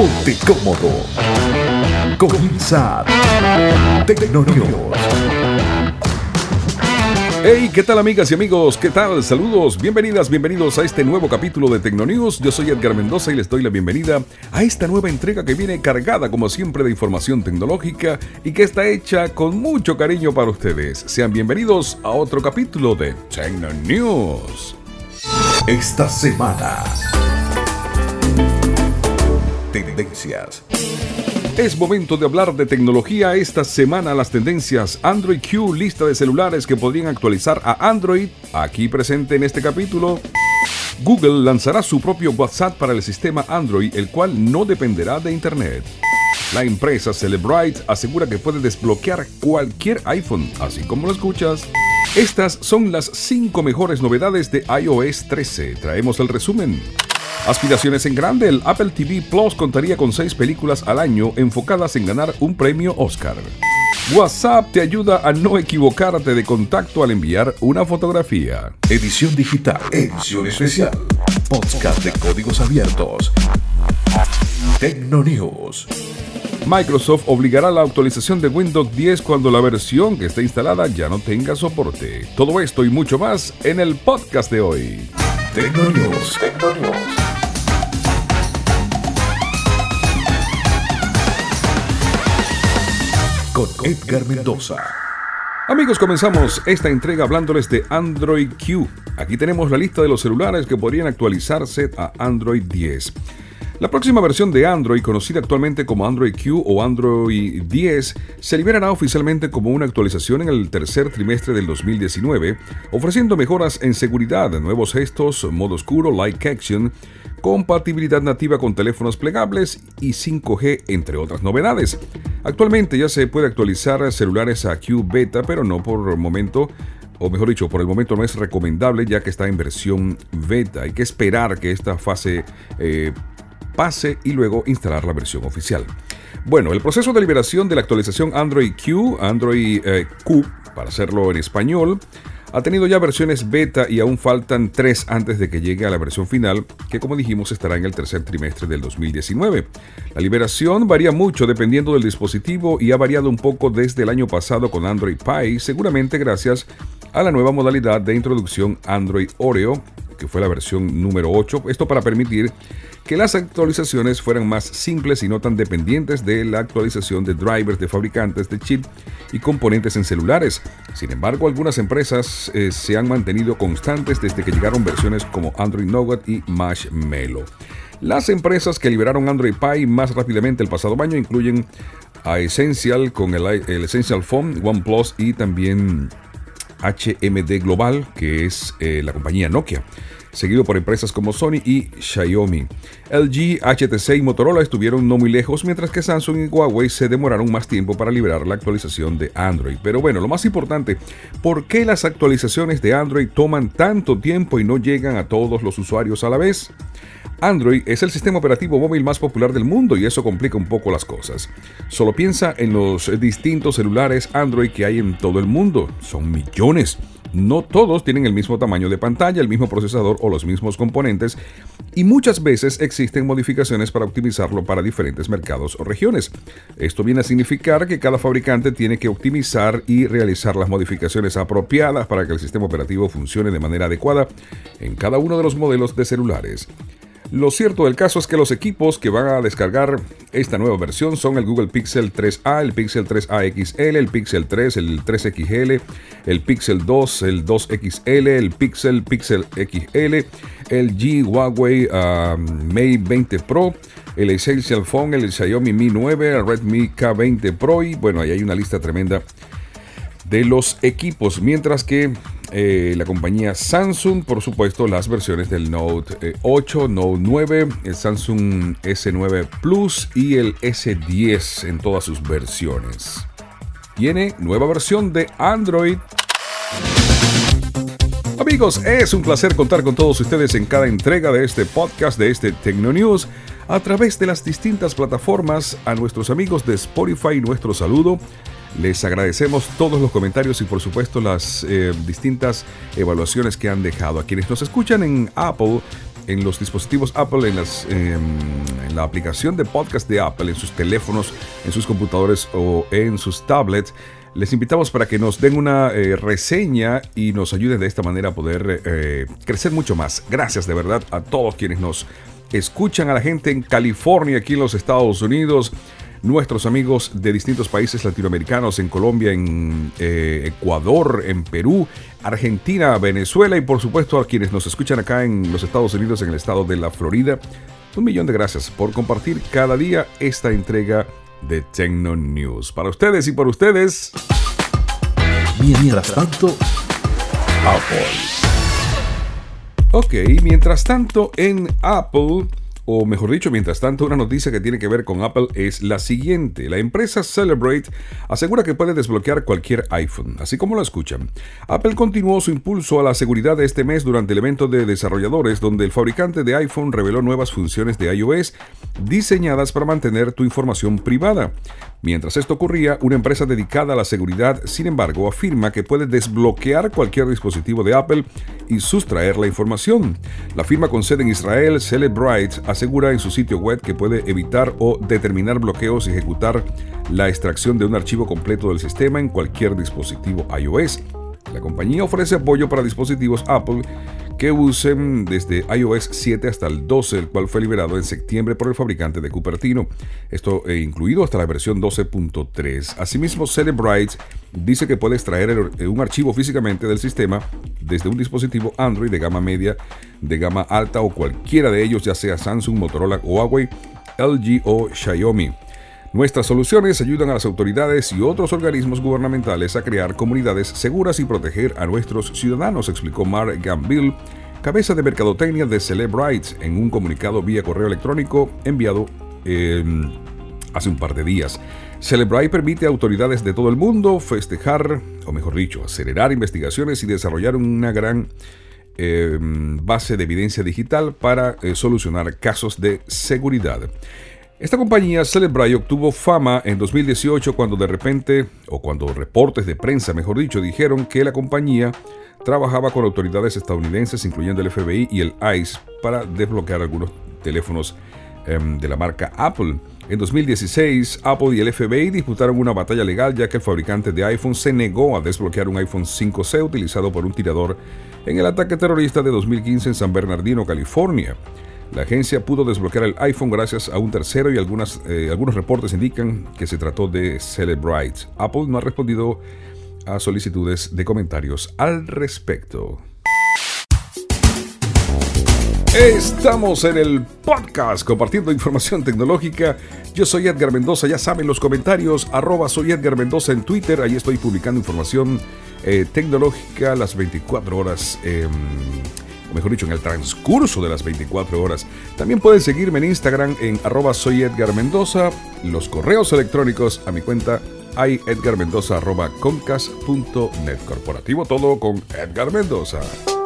Ponte cómodo. Comienza Tecnonews. Hey, ¿qué tal amigas y amigos? ¿Qué tal? Saludos, bienvenidos a este nuevo capítulo de Tecnonews. Yo soy Edgar Mendoza y les doy la bienvenida a esta nueva entrega que viene cargada como siempre de información tecnológica y que está hecha con mucho cariño para ustedes. Sean bienvenidos a otro capítulo de Tecnonews. Esta semana, tendencias. Es momento de hablar de tecnología. Esta semana las tendencias Android Q, lista de celulares que podrían actualizar a Android, aquí presente en este capítulo. Google lanzará su propio WhatsApp para el sistema Android, el cual no dependerá de Internet. La empresa Celebrite asegura que puede desbloquear cualquier iPhone, así como lo escuchas. Estas son las 5 mejores novedades de iOS 13. Traemos el resumen. Aspiraciones en grande, el Apple TV Plus contaría con 6 películas al año enfocadas en ganar un premio Oscar. WhatsApp te ayuda a no equivocarte de contacto al enviar una fotografía. Edición digital, edición especial, podcast de códigos abiertos. Tecnonews. Microsoft obligará la actualización de Windows 10 cuando la versión que está instalada ya no tenga soporte. Todo esto y mucho más en el podcast de hoy. Tecnonews. Con Edgar Mendoza. Amigos, comenzamos esta entrega hablándoles de Android Q. Aquí tenemos la lista de los celulares que podrían actualizarse a Android 10. La próxima versión de Android, conocida actualmente como Android Q o Android 10, se liberará oficialmente como una actualización en el tercer trimestre del 2019, ofreciendo mejoras en seguridad, nuevos gestos, modo oscuro, Light Action, compatibilidad nativa con teléfonos plegables y 5G, entre otras novedades. Actualmente ya se puede actualizar celulares a Q Beta, pero no por el momento. O mejor dicho, por el momento no es recomendable ya que está en versión beta. Hay que esperar que esta fase pase y luego instalar la versión oficial. Bueno, el proceso de liberación de la actualización Android Q, para hacerlo en español, ha tenido ya versiones beta y aún faltan 3 antes de que llegue a la versión final, que como dijimos estará en el tercer trimestre del 2019. La liberación varía mucho dependiendo del dispositivo y ha variado un poco desde el año pasado con Android Pie, seguramente gracias a la nueva modalidad de introducción Android Oreo, que fue la versión número 8, esto para permitir que las actualizaciones fueran más simples y no tan dependientes de la actualización de drivers de fabricantes de chip y componentes en celulares. Sin embargo, algunas empresas se han mantenido constantes desde que llegaron versiones como Android Nougat y Marshmallow. Las empresas que liberaron Android Pie más rápidamente el pasado año incluyen a Essential con el Essential Phone, OnePlus y también HMD Global, que es la compañía Nokia, seguido por empresas como Sony y Xiaomi. LG, HTC y Motorola estuvieron no muy lejos, mientras que Samsung y Huawei se demoraron más tiempo para liberar la actualización de Android. Pero bueno, lo más importante, ¿por qué las actualizaciones de Android toman tanto tiempo y no llegan a todos los usuarios a la vez? Android es el sistema operativo móvil más popular del mundo y eso complica un poco las cosas. Solo piensa en los distintos celulares Android que hay en todo el mundo. Son millones. No todos tienen el mismo tamaño de pantalla, el mismo procesador o los mismos componentes y muchas veces existen modificaciones para optimizarlo para diferentes mercados o regiones. Esto viene a significar que cada fabricante tiene que optimizar y realizar las modificaciones apropiadas para que el sistema operativo funcione de manera adecuada en cada uno de los modelos de celulares. Lo cierto del caso es que los equipos que van a descargar esta nueva versión son el Google Pixel 3a, el Pixel 3a XL, el Pixel 3, el 3XL, el Pixel 2, el 2XL, el Pixel XL, el Huawei Mate 20 Pro, el Essential Phone, el Xiaomi Mi 9, el Redmi K20 Pro y bueno, ahí hay una lista tremenda de los equipos, mientras que la compañía Samsung, por supuesto, las versiones del Note 8, Note 9, el Samsung S9 Plus y el S10 en todas sus versiones. Tiene nueva versión de Android. Amigos, es un placer contar con todos ustedes en cada entrega de este podcast, de este Tecnonews, a través de las distintas plataformas. A nuestros amigos de Spotify, nuestro saludo. Les agradecemos todos los comentarios y por supuesto las distintas evaluaciones que han dejado. A quienes nos escuchan en Apple, en los dispositivos Apple, en la aplicación de podcast de Apple, en sus teléfonos, en sus computadores o en sus tablets, les invitamos para que nos den una reseña y nos ayuden de esta manera a poder crecer mucho más. Gracias de verdad a todos quienes nos escuchan, a la gente en California, aquí en los Estados Unidos, nuestros amigos de distintos países latinoamericanos, en Colombia, en Ecuador, en Perú, Argentina, Venezuela y por supuesto a quienes nos escuchan acá en los Estados Unidos, en el estado de la Florida. 1,000,000 de gracias por compartir cada día esta entrega de Tecno News. Para ustedes y por ustedes. Mientras tanto, Apple. Ok, mientras tanto en Apple, o mejor dicho, mientras tanto, una noticia que tiene que ver con Apple es la siguiente. La empresa Celebrate asegura que puede desbloquear cualquier iPhone, así como lo escuchan. Apple continuó su impulso a la seguridad de este mes durante el evento de desarrolladores, donde el fabricante de iPhone reveló nuevas funciones de iOS diseñadas para mantener tu información privada. Mientras esto ocurría, una empresa dedicada a la seguridad, sin embargo, afirma que puede desbloquear cualquier dispositivo de Apple y sustraer la información. La firma con sede en Israel, Celebrate, asegura en su sitio web que puede evitar o determinar bloqueos y ejecutar la extracción de un archivo completo del sistema en cualquier dispositivo iOS. La compañía ofrece apoyo para dispositivos Apple que usen desde iOS 7 hasta el 12, el cual fue liberado en septiembre por el fabricante de Cupertino. Esto incluido hasta la versión 12.3. Asimismo, Celebrite dice que puede extraer un archivo físicamente del sistema desde un dispositivo Android de gama media, de gama alta o cualquiera de ellos, ya sea Samsung, Motorola, Huawei, LG o Xiaomi. Nuestras soluciones ayudan a las autoridades y otros organismos gubernamentales a crear comunidades seguras y proteger a nuestros ciudadanos, explicó Mark Gambill, cabeza de mercadotecnia de Celebrite, en un comunicado vía correo electrónico enviado hace un par de días. Celebrite permite a autoridades de todo el mundo festejar, o mejor dicho, acelerar investigaciones y desarrollar una gran base de evidencia digital para solucionar casos de seguridad. Esta compañía, Celebrite, obtuvo fama en 2018 cuando cuando reportes de prensa, mejor dicho, dijeron que la compañía trabajaba con autoridades estadounidenses, incluyendo el FBI y el ICE, para desbloquear algunos teléfonos de la marca Apple. En 2016, Apple y el FBI disputaron una batalla legal, ya que el fabricante de iPhone se negó a desbloquear un iPhone 5C utilizado por un tirador en el ataque terrorista de 2015 en San Bernardino, California. La agencia pudo desbloquear el iPhone gracias a un tercero y algunos reportes indican que se trató de Celebrite. Apple no ha respondido a solicitudes de comentarios al respecto. Estamos en el podcast compartiendo información tecnológica. Yo soy Edgar Mendoza, ya saben los comentarios, @soy Edgar Mendoza en Twitter. Ahí estoy publicando información tecnológica las 24 horas. O mejor dicho, en el transcurso de las 24 horas. También pueden seguirme en Instagram en @soy Edgar Mendoza, los correos electrónicos a mi cuenta edgarmendoza@comcast.net. Corporativo todo con Edgar Mendoza.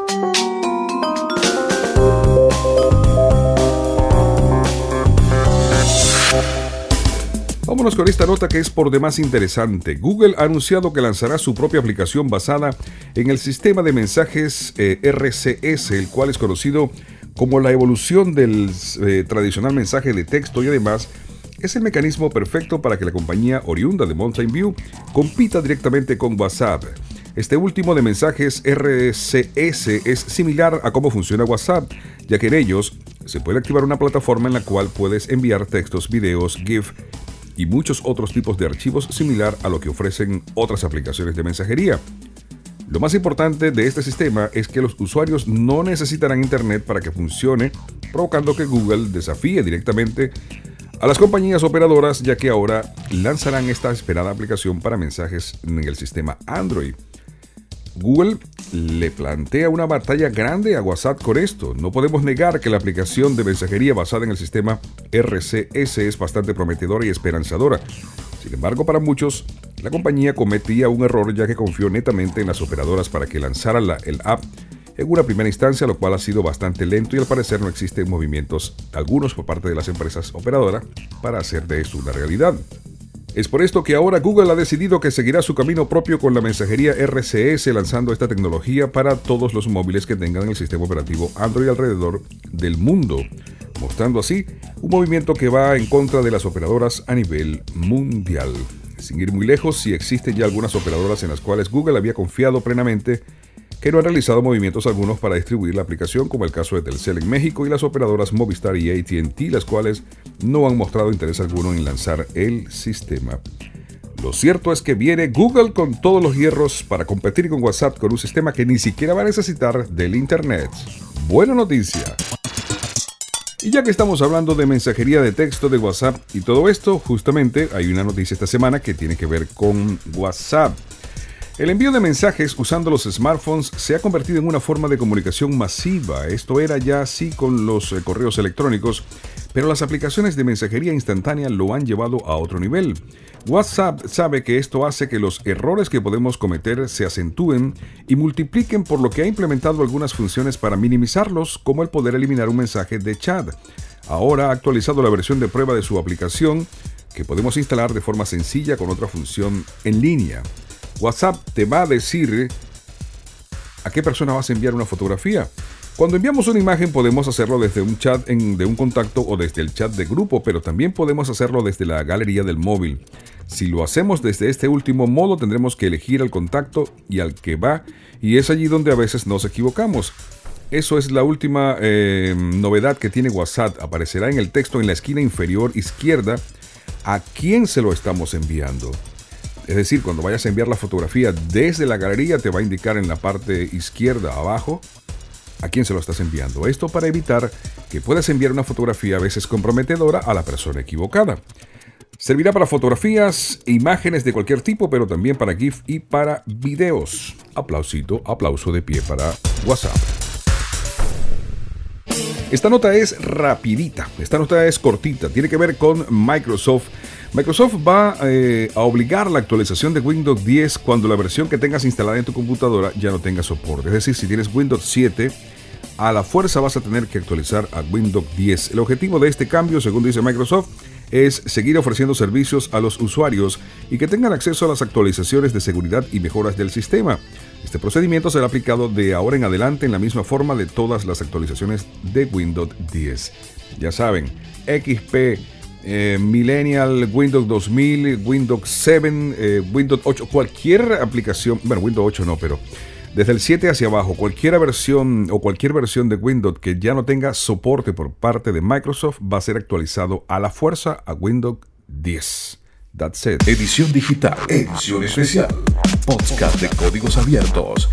Vámonos con esta nota que es por demás interesante. Google ha anunciado que lanzará su propia aplicación basada en el sistema de mensajes RCS, el cual es conocido como la evolución del tradicional mensaje de texto y además es el mecanismo perfecto para que la compañía oriunda de Mountain View compita directamente con WhatsApp. Este último de mensajes RCS es similar a cómo funciona WhatsApp, ya que en ellos se puede activar una plataforma en la cual puedes enviar textos, videos, GIF y muchos otros tipos de archivos similar a lo que ofrecen otras aplicaciones de mensajería. Lo más importante de este sistema es que los usuarios no necesitarán internet para que funcione, provocando que Google desafíe directamente a las compañías operadoras, ya que ahora lanzarán esta esperada aplicación para mensajes en el sistema Android. Google le plantea una batalla grande a WhatsApp con esto. No podemos negar que la aplicación de mensajería basada en el sistema RCS es bastante prometedora y esperanzadora. Sin embargo, para muchos, la compañía cometía un error ya que confió netamente en las operadoras para que lanzaran el app en una primera instancia, lo cual ha sido bastante lento y al parecer no existen movimientos algunos por parte de las empresas operadoras para hacer de esto una realidad. Es por esto que ahora Google ha decidido que seguirá su camino propio con la mensajería RCS, lanzando esta tecnología para todos los móviles que tengan el sistema operativo Android alrededor del mundo, mostrando así un movimiento que va en contra de las operadoras a nivel mundial. Sin ir muy lejos, sí existen ya algunas operadoras en las cuales Google había confiado plenamente que no han realizado movimientos algunos para distribuir la aplicación, como el caso de Telcel en México y las operadoras Movistar y AT&T, las cuales no han mostrado interés alguno en lanzar el sistema. Lo cierto es que viene Google con todos los hierros para competir con WhatsApp con un sistema que ni siquiera va a necesitar del Internet. Buena noticia. Y ya que estamos hablando de mensajería de texto de WhatsApp y todo esto, justamente hay una noticia esta semana que tiene que ver con WhatsApp. El envío de mensajes usando los smartphones se ha convertido en una forma de comunicación masiva. Esto era ya así con los correos electrónicos, pero las aplicaciones de mensajería instantánea lo han llevado a otro nivel. WhatsApp sabe que esto hace que los errores que podemos cometer se acentúen y multipliquen, por lo que ha implementado algunas funciones para minimizarlos, como el poder eliminar un mensaje de chat. Ahora ha actualizado la versión de prueba de su aplicación, que podemos instalar de forma sencilla con otra función en línea. WhatsApp te va a decir a qué persona vas a enviar una fotografía. Cuando enviamos una imagen podemos hacerlo desde un chat de un contacto o desde el chat de grupo, pero también podemos hacerlo desde la galería del móvil. Si lo hacemos desde este último modo, tendremos que elegir al contacto y al que va, y es allí donde a veces nos equivocamos. Eso es la última novedad que tiene WhatsApp. Aparecerá en el texto en la esquina inferior izquierda a quién se lo estamos enviando. Es decir, cuando vayas a enviar la fotografía desde la galería, te va a indicar en la parte izquierda abajo a quién se lo estás enviando. Esto para evitar que puedas enviar una fotografía a veces comprometedora a la persona equivocada. Servirá para fotografías e imágenes de cualquier tipo, pero también para GIF y para videos. Aplauso de pie para WhatsApp. Esta nota es rapidita, esta nota es cortita, tiene que ver con Microsoft. Microsoft va a obligar la actualización de Windows 10 cuando la versión que tengas instalada en tu computadora ya no tenga soporte. Es decir, si tienes Windows 7, a la fuerza vas a tener que actualizar a Windows 10. El objetivo de este cambio, según dice Microsoft, es seguir ofreciendo servicios a los usuarios y que tengan acceso a las actualizaciones de seguridad y mejoras del sistema. Este procedimiento será aplicado de ahora en adelante en la misma forma de todas las actualizaciones de Windows 10. Ya saben, XP, Millennial, Windows 2000, Windows 7, Windows 8, cualquier aplicación, bueno, Windows 8 no, pero desde el 7 hacia abajo, cualquier versión de Windows que ya no tenga soporte por parte de Microsoft va a ser actualizado a la fuerza a Windows 10. That's it. Edición digital, edición especial, podcast de códigos abiertos,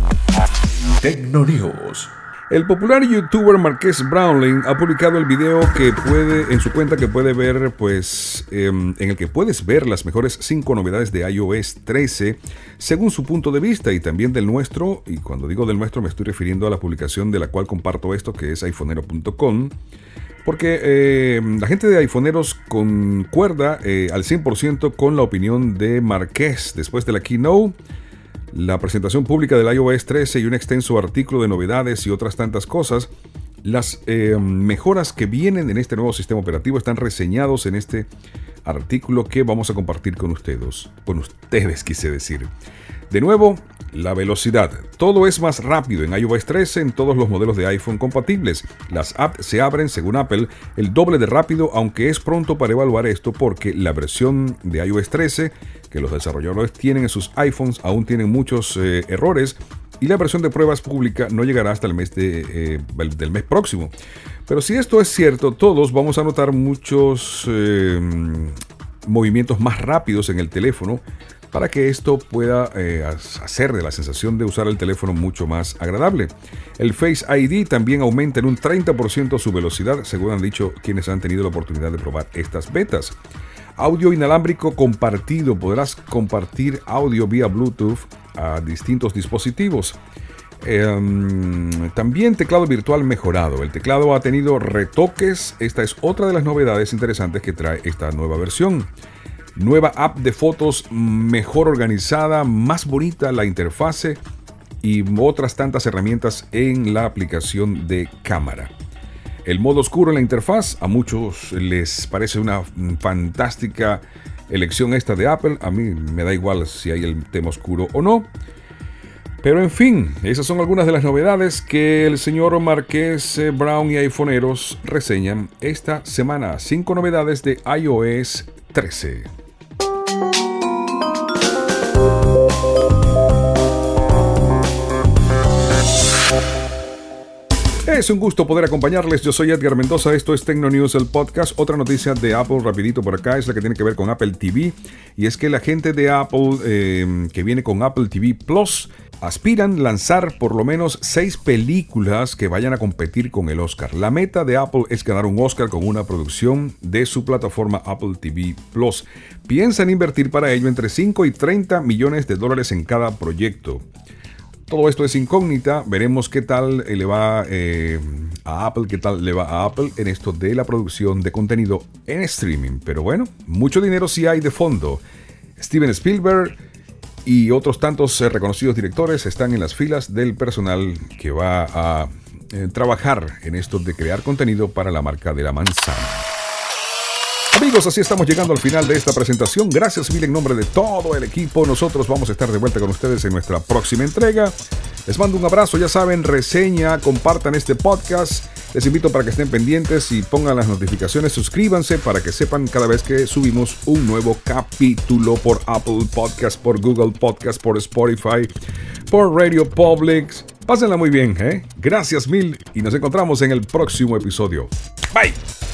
Tecnonews. El popular youtuber Marques Brownlee ha publicado el video en su cuenta que puede ver, en el que puedes ver las mejores 5 novedades de iOS 13 según su punto de vista y también del nuestro. Y cuando digo del nuestro me estoy refiriendo a la publicación de la cual comparto esto, que es iPhonero.com. Porque la gente de iPhoneros concuerda al 100% con la opinión de Marques después de la keynote, la presentación pública del iOS 13 y un extenso artículo de novedades y otras tantas cosas. Las mejoras que vienen en este nuevo sistema operativo están reseñados en este artículo que vamos a compartir con ustedes. Quise decir. De nuevo, la velocidad. Todo es más rápido en iOS 13 en todos los modelos de iPhone compatibles. Las apps se abren, según Apple, el doble de rápido, aunque es pronto para evaluar esto porque la versión de iOS 13 que los desarrolladores tienen en sus iPhones aún tienen muchos errores y la versión de pruebas pública no llegará hasta el mes del mes próximo. Pero si esto es cierto, todos vamos a notar muchos movimientos más rápidos en el teléfono para que esto pueda hacer de la sensación de usar el teléfono mucho más agradable. El Face ID también aumenta en un 30% su velocidad, según han dicho quienes han tenido la oportunidad de probar estas betas. Audio inalámbrico compartido. Podrás compartir audio vía Bluetooth a distintos dispositivos. También teclado virtual mejorado. El teclado ha tenido retoques. Esta es otra de las novedades interesantes que trae esta nueva versión. Nueva app de fotos mejor organizada, más bonita la interfase y otras tantas herramientas en la aplicación de cámara. El modo oscuro en la interfaz a muchos les parece una fantástica elección esta de Apple. A mí me da igual si hay el tema oscuro o no. Pero en fin, esas son algunas de las novedades que el señor Marqués Brown y iPhoneeros reseñan esta semana. 5 novedades de iOS 13. Es un gusto poder acompañarles. Yo soy Edgar Mendoza. Esto es Tecno News, el podcast. Otra noticia de Apple rapidito por acá es la que tiene que ver con Apple TV. Y es que la gente de Apple que viene con Apple TV Plus aspiran lanzar por lo menos 6 películas que vayan a competir con el Oscar. La meta de Apple es ganar un Oscar con una producción de su plataforma Apple TV Plus. Piensan invertir para ello entre 5 y 30 millones de dólares en cada proyecto. Todo esto es incógnita, veremos qué tal le va a Apple, qué tal le va a Apple en esto de la producción de contenido en streaming. Pero bueno, mucho dinero sí hay de fondo. Steven Spielberg y otros tantos reconocidos directores están en las filas del personal que va a trabajar en esto de crear contenido para la marca de la manzana. Amigos, así estamos llegando al final de esta presentación. Gracias mil en nombre de todo el equipo. Nosotros vamos a estar de vuelta con ustedes en nuestra próxima entrega. Les mando un abrazo, ya saben, reseña, compartan este podcast. Les invito para que estén pendientes y pongan las notificaciones. Suscríbanse para que sepan cada vez que subimos un nuevo capítulo por Apple Podcast, por Google Podcast, por Spotify, por Radio Public. Pásenla muy bien, ¿eh? Gracias mil y nos encontramos en el próximo episodio. Bye.